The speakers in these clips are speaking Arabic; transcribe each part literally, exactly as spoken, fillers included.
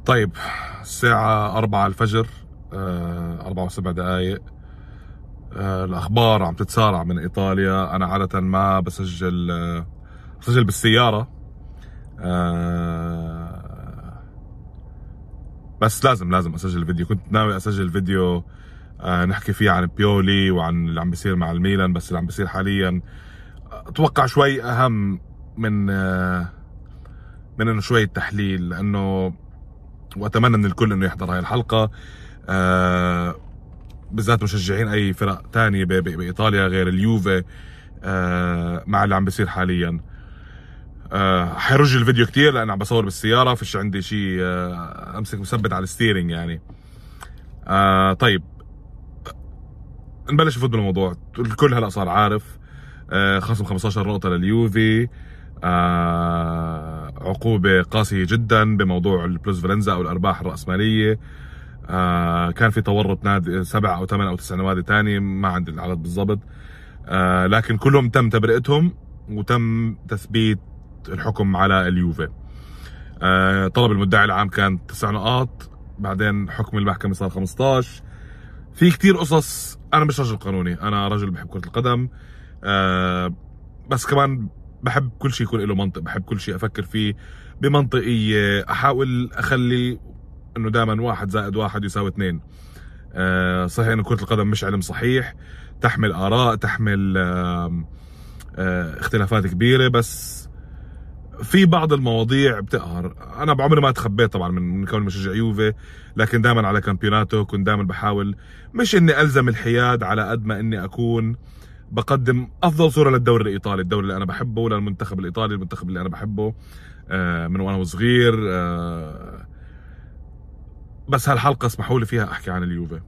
طيب، الساعة أربعة الفجر، آه، أربعة وسبع دقايق. آه، الأخبار عم تتسارع من إيطاليا. أنا عادة ما بسجل آه، بسجل بالسيارة، آه، بس لازم لازم أسجل فيديو. كنت ناوي أسجل فيديو آه، نحكي فيه عن بيولي وعن اللي عم بيصير مع الميلان، بس اللي عم بيصير حاليا أتوقع شوي أهم من آه، من إنه شوية تحليل، لأنه وأتمنى من الكل إنه يحضر هاي الحلقة، آه، بالذات مشجعين اي فرق تانية بايطاليا غير اليوفي. آه مع اللي عم بيصير حاليا، آه حيرج الفيديو كتير لان عم بصور بالسياره، فيش عندي شيء آه امسك مثبت على الستيرنج يعني. آه طيب، نبلش نفوت بالموضوع. الكل هلا صار عارف آه خصم خمسة عشر نقطه لليوفي، آه عقوبه قاسيه جدا بموضوع البلوس فرنزا او الارباح الراسماليه. آه كان في تورط نادي سبع او ثمان او تسع نوادي ثاني، ما عندي العدد بالضبط، آه لكن كلهم تم تبرئتهم وتم تثبيت الحكم على اليوفي. آه طلب المدعي العام كان تسع نقاط، بعدين حكم المحكمة صار خمسة عشر. في كتير قصص. أنا مش رجل قانوني، أنا رجل بحب كرة القدم، آه بس كمان بحب كل شيء يكون له منطق، بحب كل شيء أفكر فيه بمنطقية، أحاول أخلي إنه دائما واحد زائد واحد يساوي اثنين. آه صحيح إنه كرة القدم مش علم صحيح، تحمل آراء، تحمل آه آه اختلافات كبيرة، بس في بعض المواضيع بتقهر. انا بعمري ما تخبيت طبعا من من كوني مشجع يوفي، لكن دائما على كامبيوناتو كنت دائما بحاول مش اني الزم الحياد على قد ما اني اكون بقدم افضل صورة للدوري الايطالي، الدوري اللي انا بحبه، للمنتخب الايطالي، المنتخب اللي انا بحبه آه من وانا صغير. آه بس هالحلقة اسمحوا لي فيها احكي عن اليوفي،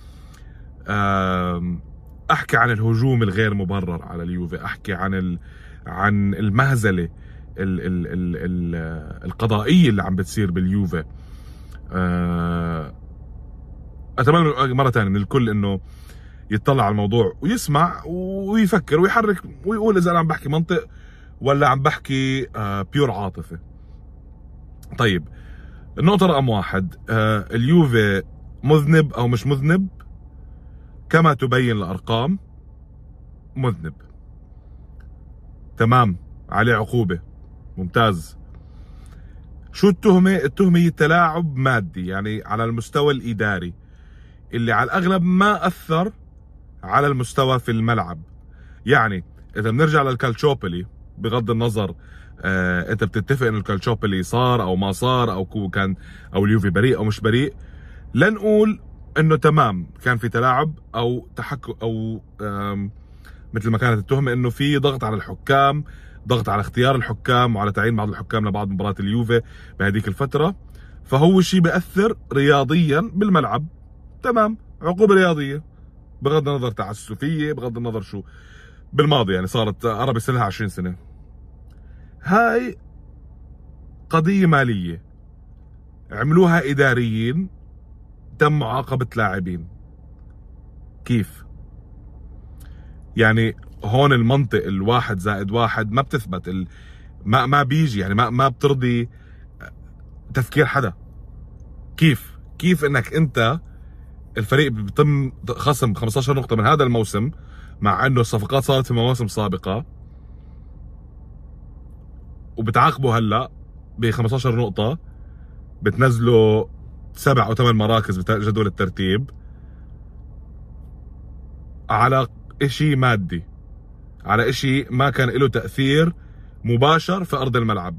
آه احكي عن الهجوم الغير مبرر على اليوفي، احكي عن ال... عن المهزلة ال ال ال ال القضائية اللي عم بتصير باليوفي. اتمنى مرة ثانية من الكل انه يطلع على الموضوع ويسمع ويفكر ويحرك ويقول اذا انا عم بحكي منطق ولا عم بحكي بيور عاطفة. طيب، النقطة رقم واحد، اليوفي مذنب او مش مذنب؟ كما تبين الارقام مذنب، تمام، عليه عقوبة، ممتاز. شو التهمة؟ التهمة هي تلاعب مادي، يعني على المستوى الإداري، اللي على الأغلب ما أثر على المستوى في الملعب. يعني إذا بنرجع للكالتشوبولي، بغض النظر آه أنت بتتفق إنه الكالتشوبولي صار أو ما صار، أو كان أو اليوفي بريء أو مش بريء، لنقول إنه تمام كان في تلاعب أو تحكم، أو مثل ما كانت التهمة إنه في ضغط على الحكام، ضغط على اختيار الحكام وعلى تعيين بعض الحكام لبعض مباريات اليوفي بهذيك الفترة، فهو شيء بيأثر رياضيا بالملعب، تمام، عقوبة رياضية بغض النظر تعسفية، بغض النظر شو بالماضي، يعني صارت قرب يصير لها عشرين سنة. هاي قضية مالية عملوها إداريين، تم معاقبة لاعبين. كيف؟ يعني هون المنطق الواحد زائد واحد ما بتثبت، ال... ما ما بيجي، يعني ما ما بترضي تفكير حدا. كيف كيف انك انت الفريق بيتم خصم خمسة عشر نقطة من هذا الموسم، مع انه الصفقات صارت في مواسم سابقة، وبتعاقبه هلا ب خمسة عشر نقطة، بتنزله سبع او ثمان مراكز بجدول الترتيب على اشي مادي، على اشي ما كان له تأثير مباشر في ارض الملعب.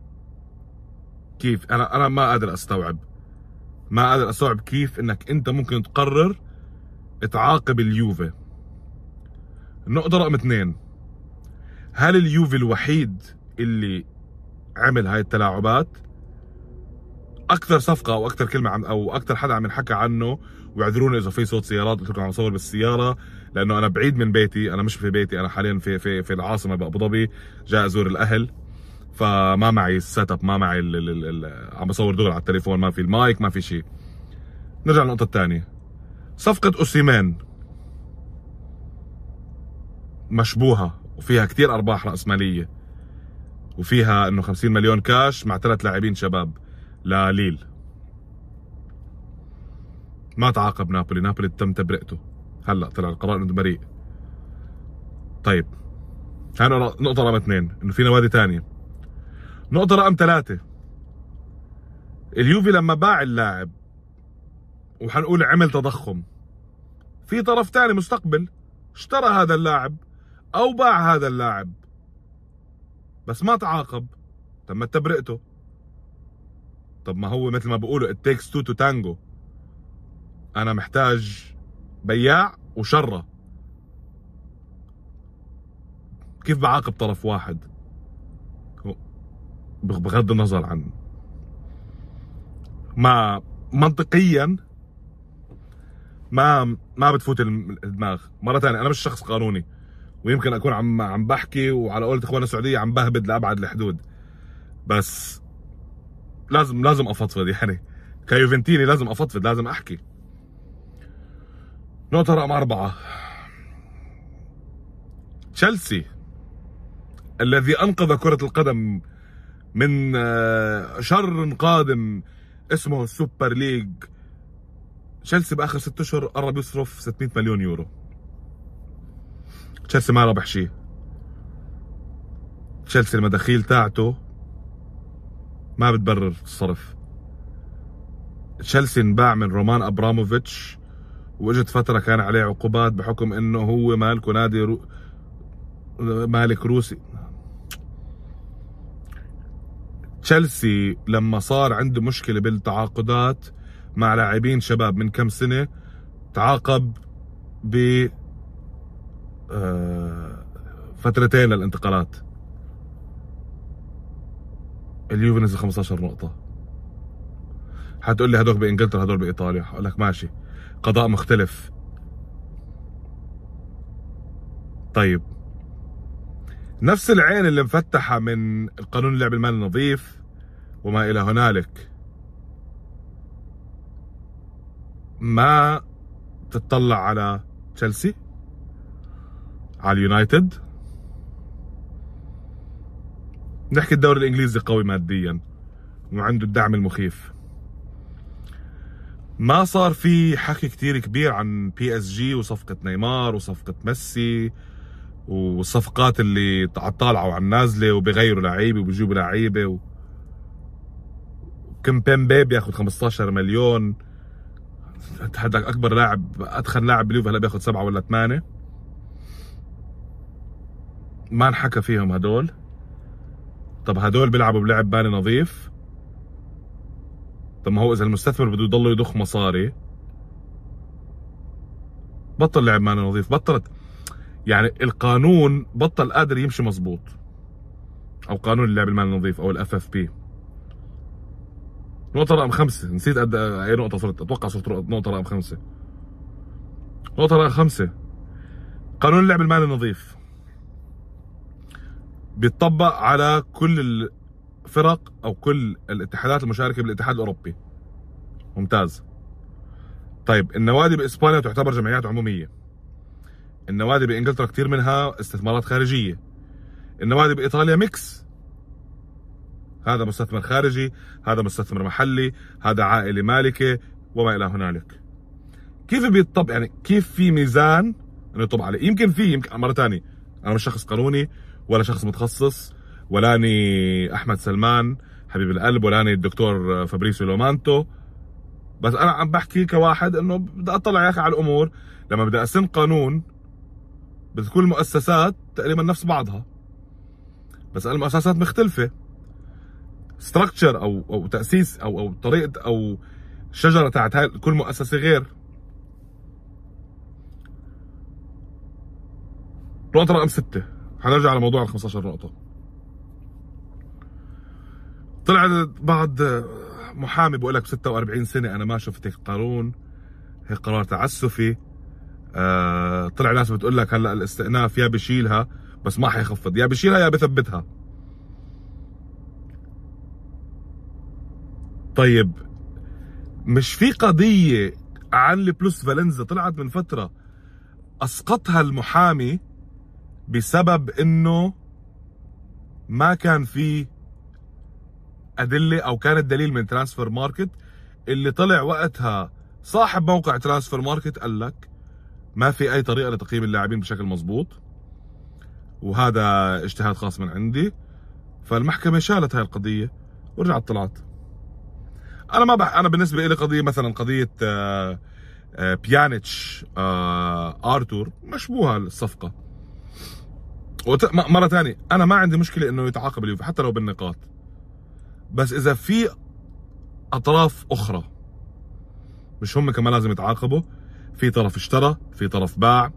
كيف؟ انا انا ما قادر استوعب ما قادر استوعب كيف انك انت ممكن تقرر تعاقب اليوفي. النقطة رقم اثنين، هل اليوفي الوحيد اللي عمل هاي التلاعبات؟ اكثر صفقة او اكثر كلمة عم او اكثر حدا عم ينحكى عنه، واعذروني اذا في صوت سيارات، قلت لكم عم اصور بالسيارة لانه انا بعيد من بيتي، انا مش في بيتي، انا حاليا في في في العاصمة بابو ظبي، جاي ازور الاهل، فما معي السيت اب، ما معي ال ال ال عم بصور دغري على التليفون، ما في المايك، ما في شيء. نرجع للنقطة الثانية، صفقة اوسيمان مشبوهة وفيها كتير ارباح رأسمالية، وفيها انه خمسين مليون كاش مع ثلاث لاعبين شباب لليل. ما تعاقب نابولي، نابولي تم تبرئته، هلا طلع القرار انه بريء. طيب هاي نقطة رقم اثنين، انه في نوادي ثانية. نقطة رقم ثلاثة، اليوفي لما باع اللاعب وحنقول عمل تضخم، في طرف ثاني مستقبل اشترى هذا اللاعب او باع هذا اللاعب بس ما تعاقب، طب ما تبرئته. طب ما هو مثل ما بيقولوا it takes two to tango، انا محتاج بياع وشرة، كيف بعاقب طرف واحد؟ بغض النظر عن ما منطقيا ما ما بتفوت الدماغ. مرة ثانية انا مش شخص قانوني، ويمكن اكون عم عم بحكي وعلى قولة اخواننا السعودية عم بهبد لابعد الحدود، بس لازم لازم افضفض، يعني كيوفنتيني لازم افضفض، لازم احكي. نقطة رقم أربعة، تشيلسي الذي أنقذ كرة القدم من شر قادم اسمه السوبر ليج، تشيلسي بآخر ست أشهر قرب يصرف ستمية مليون يورو. تشيلسي ما ربح شيء. تشيلسي المداخيل تاعته ما بتبرر الصرف. تشيلسي انباع من رومان أبراموفيتش، واجت فترة كان عليه عقوبات بحكم انه هو مالك نادي رو... مالك روسي. تشيلسي لما صار عنده مشكلة بالتعاقدات مع لاعبين شباب من كم سنة تعاقب ب فترتين للانتقالات. اليوفي نزل خمسة عشر نقطة. حتقول لي هدول بانجلترا هدول بايطاليا، هقول لك ماشي قضاء مختلف. طيب نفس العين اللي مفتحة من قانون اللعب المالي النظيف وما إلى هنالك ما تتطلع على تشيلسي، على اليونايتد. نحكي الدوري الإنجليزي قوي ماديا وعنده الدعم المخيف. ما صار في حكي كتير كبير عن بي اس جي وصفقة نيمار وصفقة ميسي والصفقات اللي طالعه وعلى النازله وبيغيروا لعيبه وبيجيبوا لعيبه و... كمبيمبي بياخذ خمسة عشر مليون، حدك اكبر لاعب ادخل لاعب باليوفي هلا بياخذ سبعه ولا ثمانيه. ما انحكى فيهم هدول. طب هدول بيلعبوا بلعب بالي نظيف. طب ما هو اذا المستثمر بده يضل يضخ مصاري بطل لعب مالي نظيف، بطلت يعني القانون بطل قادر يمشي مزبوط، او قانون اللعب المالي النظيف او الاف اف بي. نقطة رقم خمسة، نسيت قد اي نقطة صرت، اتوقع صرت نقطة رقم خمسة. نقطة رقم خمسة، قانون اللعب المالي النظيف بيتطبق على كل الفرق او كل الاتحادات المشاركة بالاتحاد الاوروبي. ممتاز. طيب النوادي باسبانيا تعتبر جمعيات عمومية. النوادي بانجلترا كثير منها استثمارات خارجية. النوادي بايطاليا ميكس، هذا مستثمر خارجي، هذا مستثمر محلي، هذا عائلة مالكة وما الى هنالك. كيف بيطبق يعني كيف في ميزان انه يطبق عليه؟ يمكن في يمكن مرة ثانية انا مش شخص قانوني ولا شخص متخصص ولاني احمد سلمان حبيب القلب ولاني الدكتور فابريسيو لومانتو، بس انا عم بحكي كواحد انه بدي اطلع يا اخي على الامور. لما بدي اسن قانون بتكون المؤسسات تقريبا نفس بعضها، بس المؤسسات مختلفة. ستراكشر او او تاسيس او او طريقه او الشجره تاعت هاي كل مؤسسه غير. نقطه رقم ستة، حنرجع على موضوع ال خمسة عشر نقطه. طلع بعض محامي بقول لك ستة وأربعين سنه انا ما شفت هيك قانون، هيك قرار تعسفي. آه طلع ناس بتقول لك هلا الاستئناف يا بشيلها بس ما حيخفض، يا بشيلها يا بثبتها. طيب مش في قضية عن البلوس فالنزا طلعت من فترة اسقطها المحامي بسبب انه ما كان في ادلة او كان الدليل من ترانسفير ماركت اللي طلع وقتها صاحب موقع ترانسفير ماركت قال لك ما في اي طريقه لتقييم اللاعبين بشكل مضبوط، وهذا اجتهاد خاص من عندي. فالمحكمه شالت هاي القضيه ورجعت طلعت. انا ما بح... انا بالنسبه لي قضيه مثلا قضيه آه آه بيانيتش آه ارتور مشبوهه الصفقه. وت... مره ثانيه انا ما عندي مشكله انه يتعاقب اليوفي حتى لو بالنقاط، بس اذا في اطراف اخرى مش هم كمان لازم يتعاقبوا. في طرف اشترى، في طرف باع،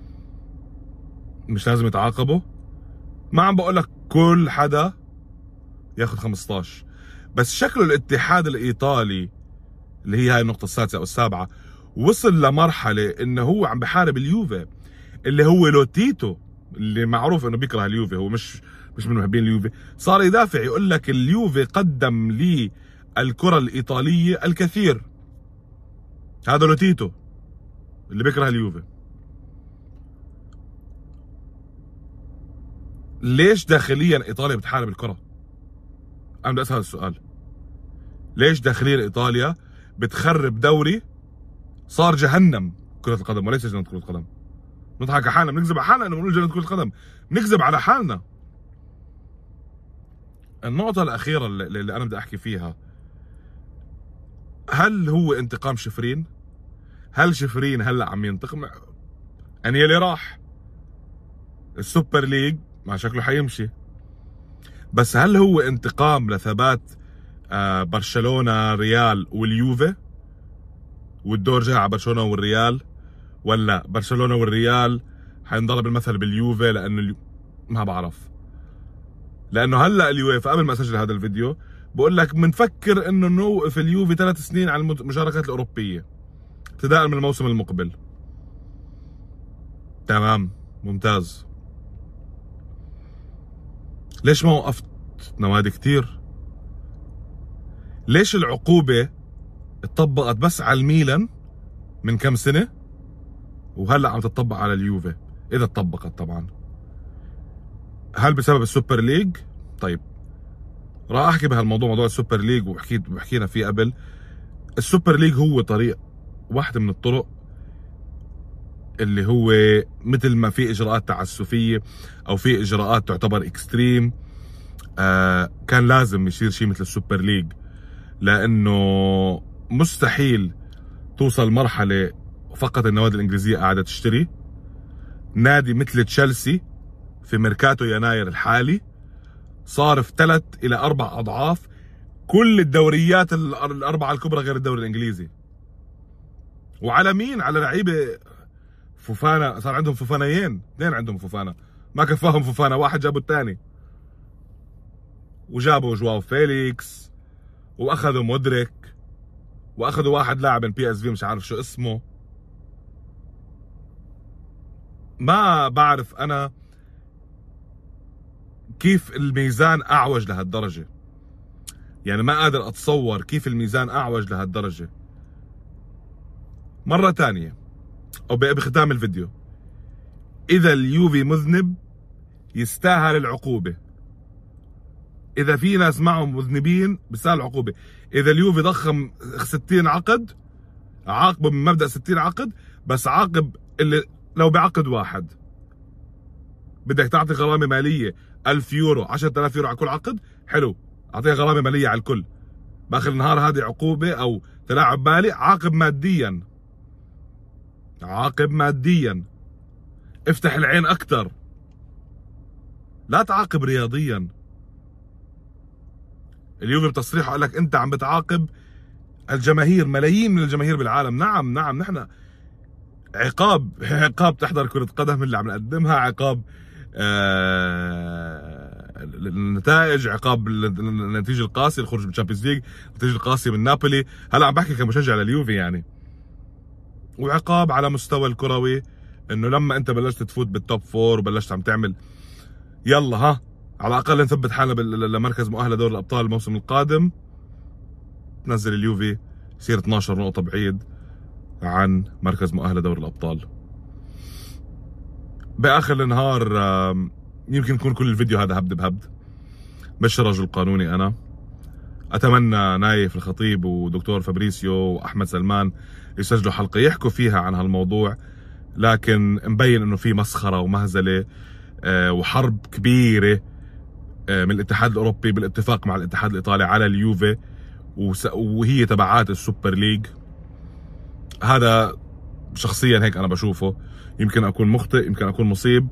مش لازم يتعاقبوا. ما عم بقول لك كل حدا ياخذ خمسطعش، بس شكله الاتحاد الايطالي اللي هي هاي النقطة السادسة او السابعة وصل لمرحلة انه هو عم بحارب اليوفي، اللي هو لوتيتو اللي معروف انه بيكره اليوفي، هو مش مش من محبين اليوفي، صار يدافع يقول لك اليوفي قدم لي الكرة الايطالية الكثير. هذا لوتيتو اللي بيكره اليوفي. ليش داخليا ايطاليا بتحارب الكرة؟ انا بدي اسال هذا السؤال. ليش داخليا ايطاليا بتخرب دوري صار جهنم كرة القدم وليس جنة كرة القدم؟ نضحك على حالنا، بنكذب على حالنا انه بنقول جنة كرة القدم، بنكذب على حالنا. النقطة الأخيرة اللي, اللي أنا بدي أحكي فيها، هل هو انتقام شفرين؟ هل شفرين هلا عم ينتقم؟ يعني يلي راح السوبر ليج مع شكله حيمشي، بس هل هو انتقام لثبات آه برشلونة ريال واليوفي والدور جاي على برشلونة والريال، ولا برشلونة والريال حينضرب المثل باليوفي لأنه اليو... ما بعرف. لأنه هلا اليوفي قبل ما أسجل هذا الفيديو بقول لك بنفكر إنه نوقف اليوفي ثلاث سنين على المشاركات الأوروبية ابتداء من الموسم المقبل. تمام، ممتاز. ليش ما وقفت نوادي كتير؟ ليش العقوبة اتطبقت بس على الميلان من كم سنة وهلا عم تطبق على اليوفي؟ إذا اتطبقت طبعا. هل بسبب السوبر ليج؟ طيب راح احكي بهالموضوع، موضوع السوبر ليج، وحكيت وحكينا فيه قبل. السوبر ليج هو طريق، واحدة من الطرق اللي هو مثل ما في اجراءات تعسفية او في اجراءات تعتبر اكستريم، آه كان لازم يصير شيء مثل السوبر ليج، لانه مستحيل توصل مرحلة فقط النوادي الانجليزية قاعدة تشتري. نادي مثل تشيلسي في ميركاتو يناير الحالي صارف ثلاث الى اربع اضعاف كل الدوريات الاربعه الكبرى غير الدوري الانجليزي. وعلى مين؟ على لعيبه. فوفانا صار عندهم فوفانيين، اثنين عندهم فوفانا، ما كفاهم فوفانا، واحد جابوا الثاني، وجابوا جواو فيليكس، واخذوا مودريك، واخذوا واحد لاعب من بي اس في مش عارف شو اسمه. ما بعرف انا كيف الميزان اعوج لهالدرجه، يعني ما قادر اتصور كيف الميزان اعوج لهالدرجه. مره ثانيه او بختام الفيديو، اذا اليوفي مذنب يستاهل العقوبه. اذا في ناس معهم مذنبين بيستاهل العقوبه. اذا اليوفي ضخم ستين عقد عاقبه من مبدا ستين عقد، بس عاقب اللي لو بعقد واحد بدك تعطي غرامه ماليه ألف يورو، عشرة آلاف يورو على كل عقد، حلو، اعطيها غرامه ماليه على الكل. باخر النهار هذه عقوبه او تلاعب مالي، عاقب ماديا، عاقب ماديا. افتح العين اكثر، لا تعاقب رياضيا. اليوفي بتصريحه قال لك انت عم بتعاقب الجماهير، ملايين من الجماهير بالعالم. نعم نعم، نحن عقاب عقاب تحضر كرة قدم اللي عم نقدمها، عقاب آه النتائج، عقاب النتيجة القاسية، الخروج من الشامبيونز ليج، النتيجة القاسية من نابولي. هلا عم بحكي كمشجع لليوفي يعني. وعقاب على مستوى الكروي، انه لما انت بلشت تفوت بالتوب فور وبلشت عم تعمل يلا ها على الاقل نثبت حالنا لمركز مؤهل لدوري الابطال الموسم القادم، تنزل اليوفي يصير اثنعش نقطة بعيد عن مركز مؤهل لدوري الابطال. باخر النهار يمكن يكون كل الفيديو هذا هبد بهبد، مش رجل قانوني انا، اتمنى نايف الخطيب ودكتور فابريسيو واحمد سلمان يسجلوا حلقه يحكوا فيها عن هالموضوع، لكن مبين انه في مسخره ومهزله وحرب كبيره من الاتحاد الاوروبي بالاتفاق مع الاتحاد الايطالي على اليوفي، وهي تبعات السوبر ليج. هذا شخصيا هيك انا بشوفه، يمكن اكون مخطئ، يمكن اكون مصيب.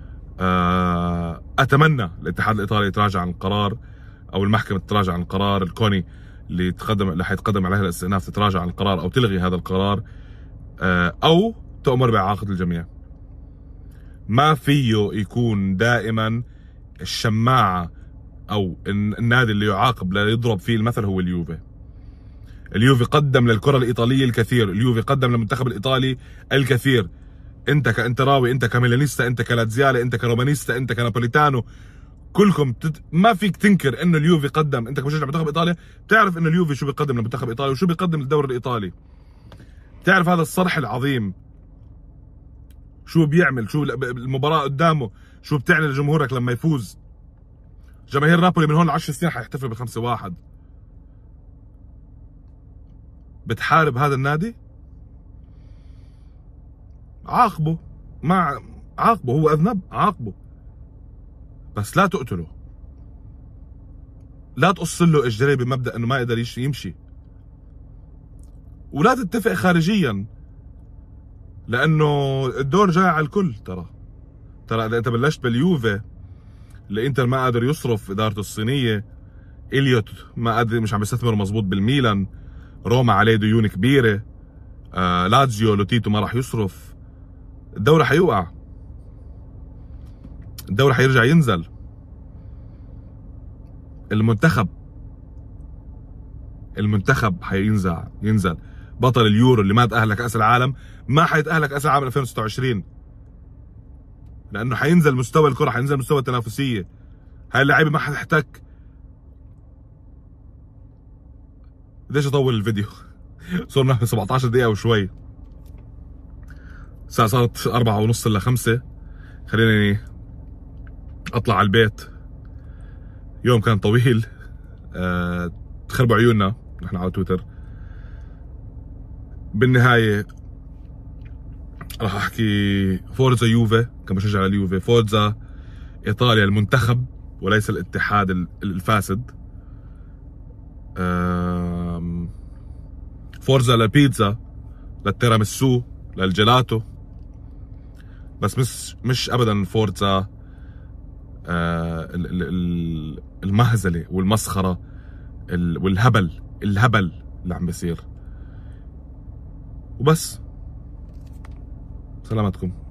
اتمنى الاتحاد الايطالي يتراجع عن القرار، او المحكمه تتراجع عن القرار، الكوني اللي تقدم اللي حيتقدم عليها الاستئناف تتراجع عن القرار او تلغي هذا القرار، او تؤمر باعاقه الجميع. ما فيه يكون دائما الشماعه او النادي اللي يعاقب لا يضرب فيه المثل هو اليوفي. اليوفي قدم للكره الايطاليه الكثير، اليوفي قدم للمنتخب الايطالي الكثير. انت كانتراوي، انت كميلانيستا، انت كلاتزيالي، انت كرومانيستا، انت كنابوليتانو، كلكم تت... ما فيك تنكر انه اليوفي قدم. انت كمشجع منتخب ايطاليا بتعرف انه اليوفي شو بيقدم للمنتخب الايطالي وشو بيقدم للدوري الايطالي. بتعرف هذا الصرح العظيم شو بيعمل، شو المباراه قدامه شو بتعني لجمهورك لما يفوز. جماهير نابولي من هون لعشر سنين حيحتفل بخمسة واحد. بتحارب هذا النادي؟ عاقبه، ما عاقبه، هو اذنب، عاقبه، بس لا تقتله، لا تقص له اجريه بمبدا انه ما يقدر يمشي، ولا تتفق خارجيا، لانه الدور جاي على الكل. ترى ترى اذا انت بلشت باليوفي، الانتر ما قادر يصرف ادارته الصينيه، اليوت ما قادر، مش عم يستثمر مزبوط بالميلان، روما عليه ديون كبيره، آه لاتزيو لوتيتو ما راح يصرف، الدوري حيوقع، الدوري حيرجع ينزل. المنتخب المنتخب حينزع ينزل. بطل اليورو اللي ما تأهل لكأس العالم ما حيتأهل لكأس العالم ألفين وستة وعشرين، لأنه حينزل مستوى الكرة، حينزل مستوى التنافسية. هاي اللعيبة ما حتحتك. بديش أطول الفيديو صرنا سبعة عشر دقيقة وشوي، الساعة صارت أربعة ونص إلا خمسة. خليني أطلع على البيت، يوم كان طويل. أه تخربوا عيوننا نحن على تويتر. بالنهاية راح أحكي فورزا يوفي كمشجع لليوفي، فورزا إيطاليا المنتخب وليس الاتحاد الفاسد. أه فورزا للبيتزا، للتيراميسو، للجيلاتو، بس مش مش ابدا فورزا آه المهزله والمسخره والهبل الهبل اللي عم بيصير. وبس، سلامتكم.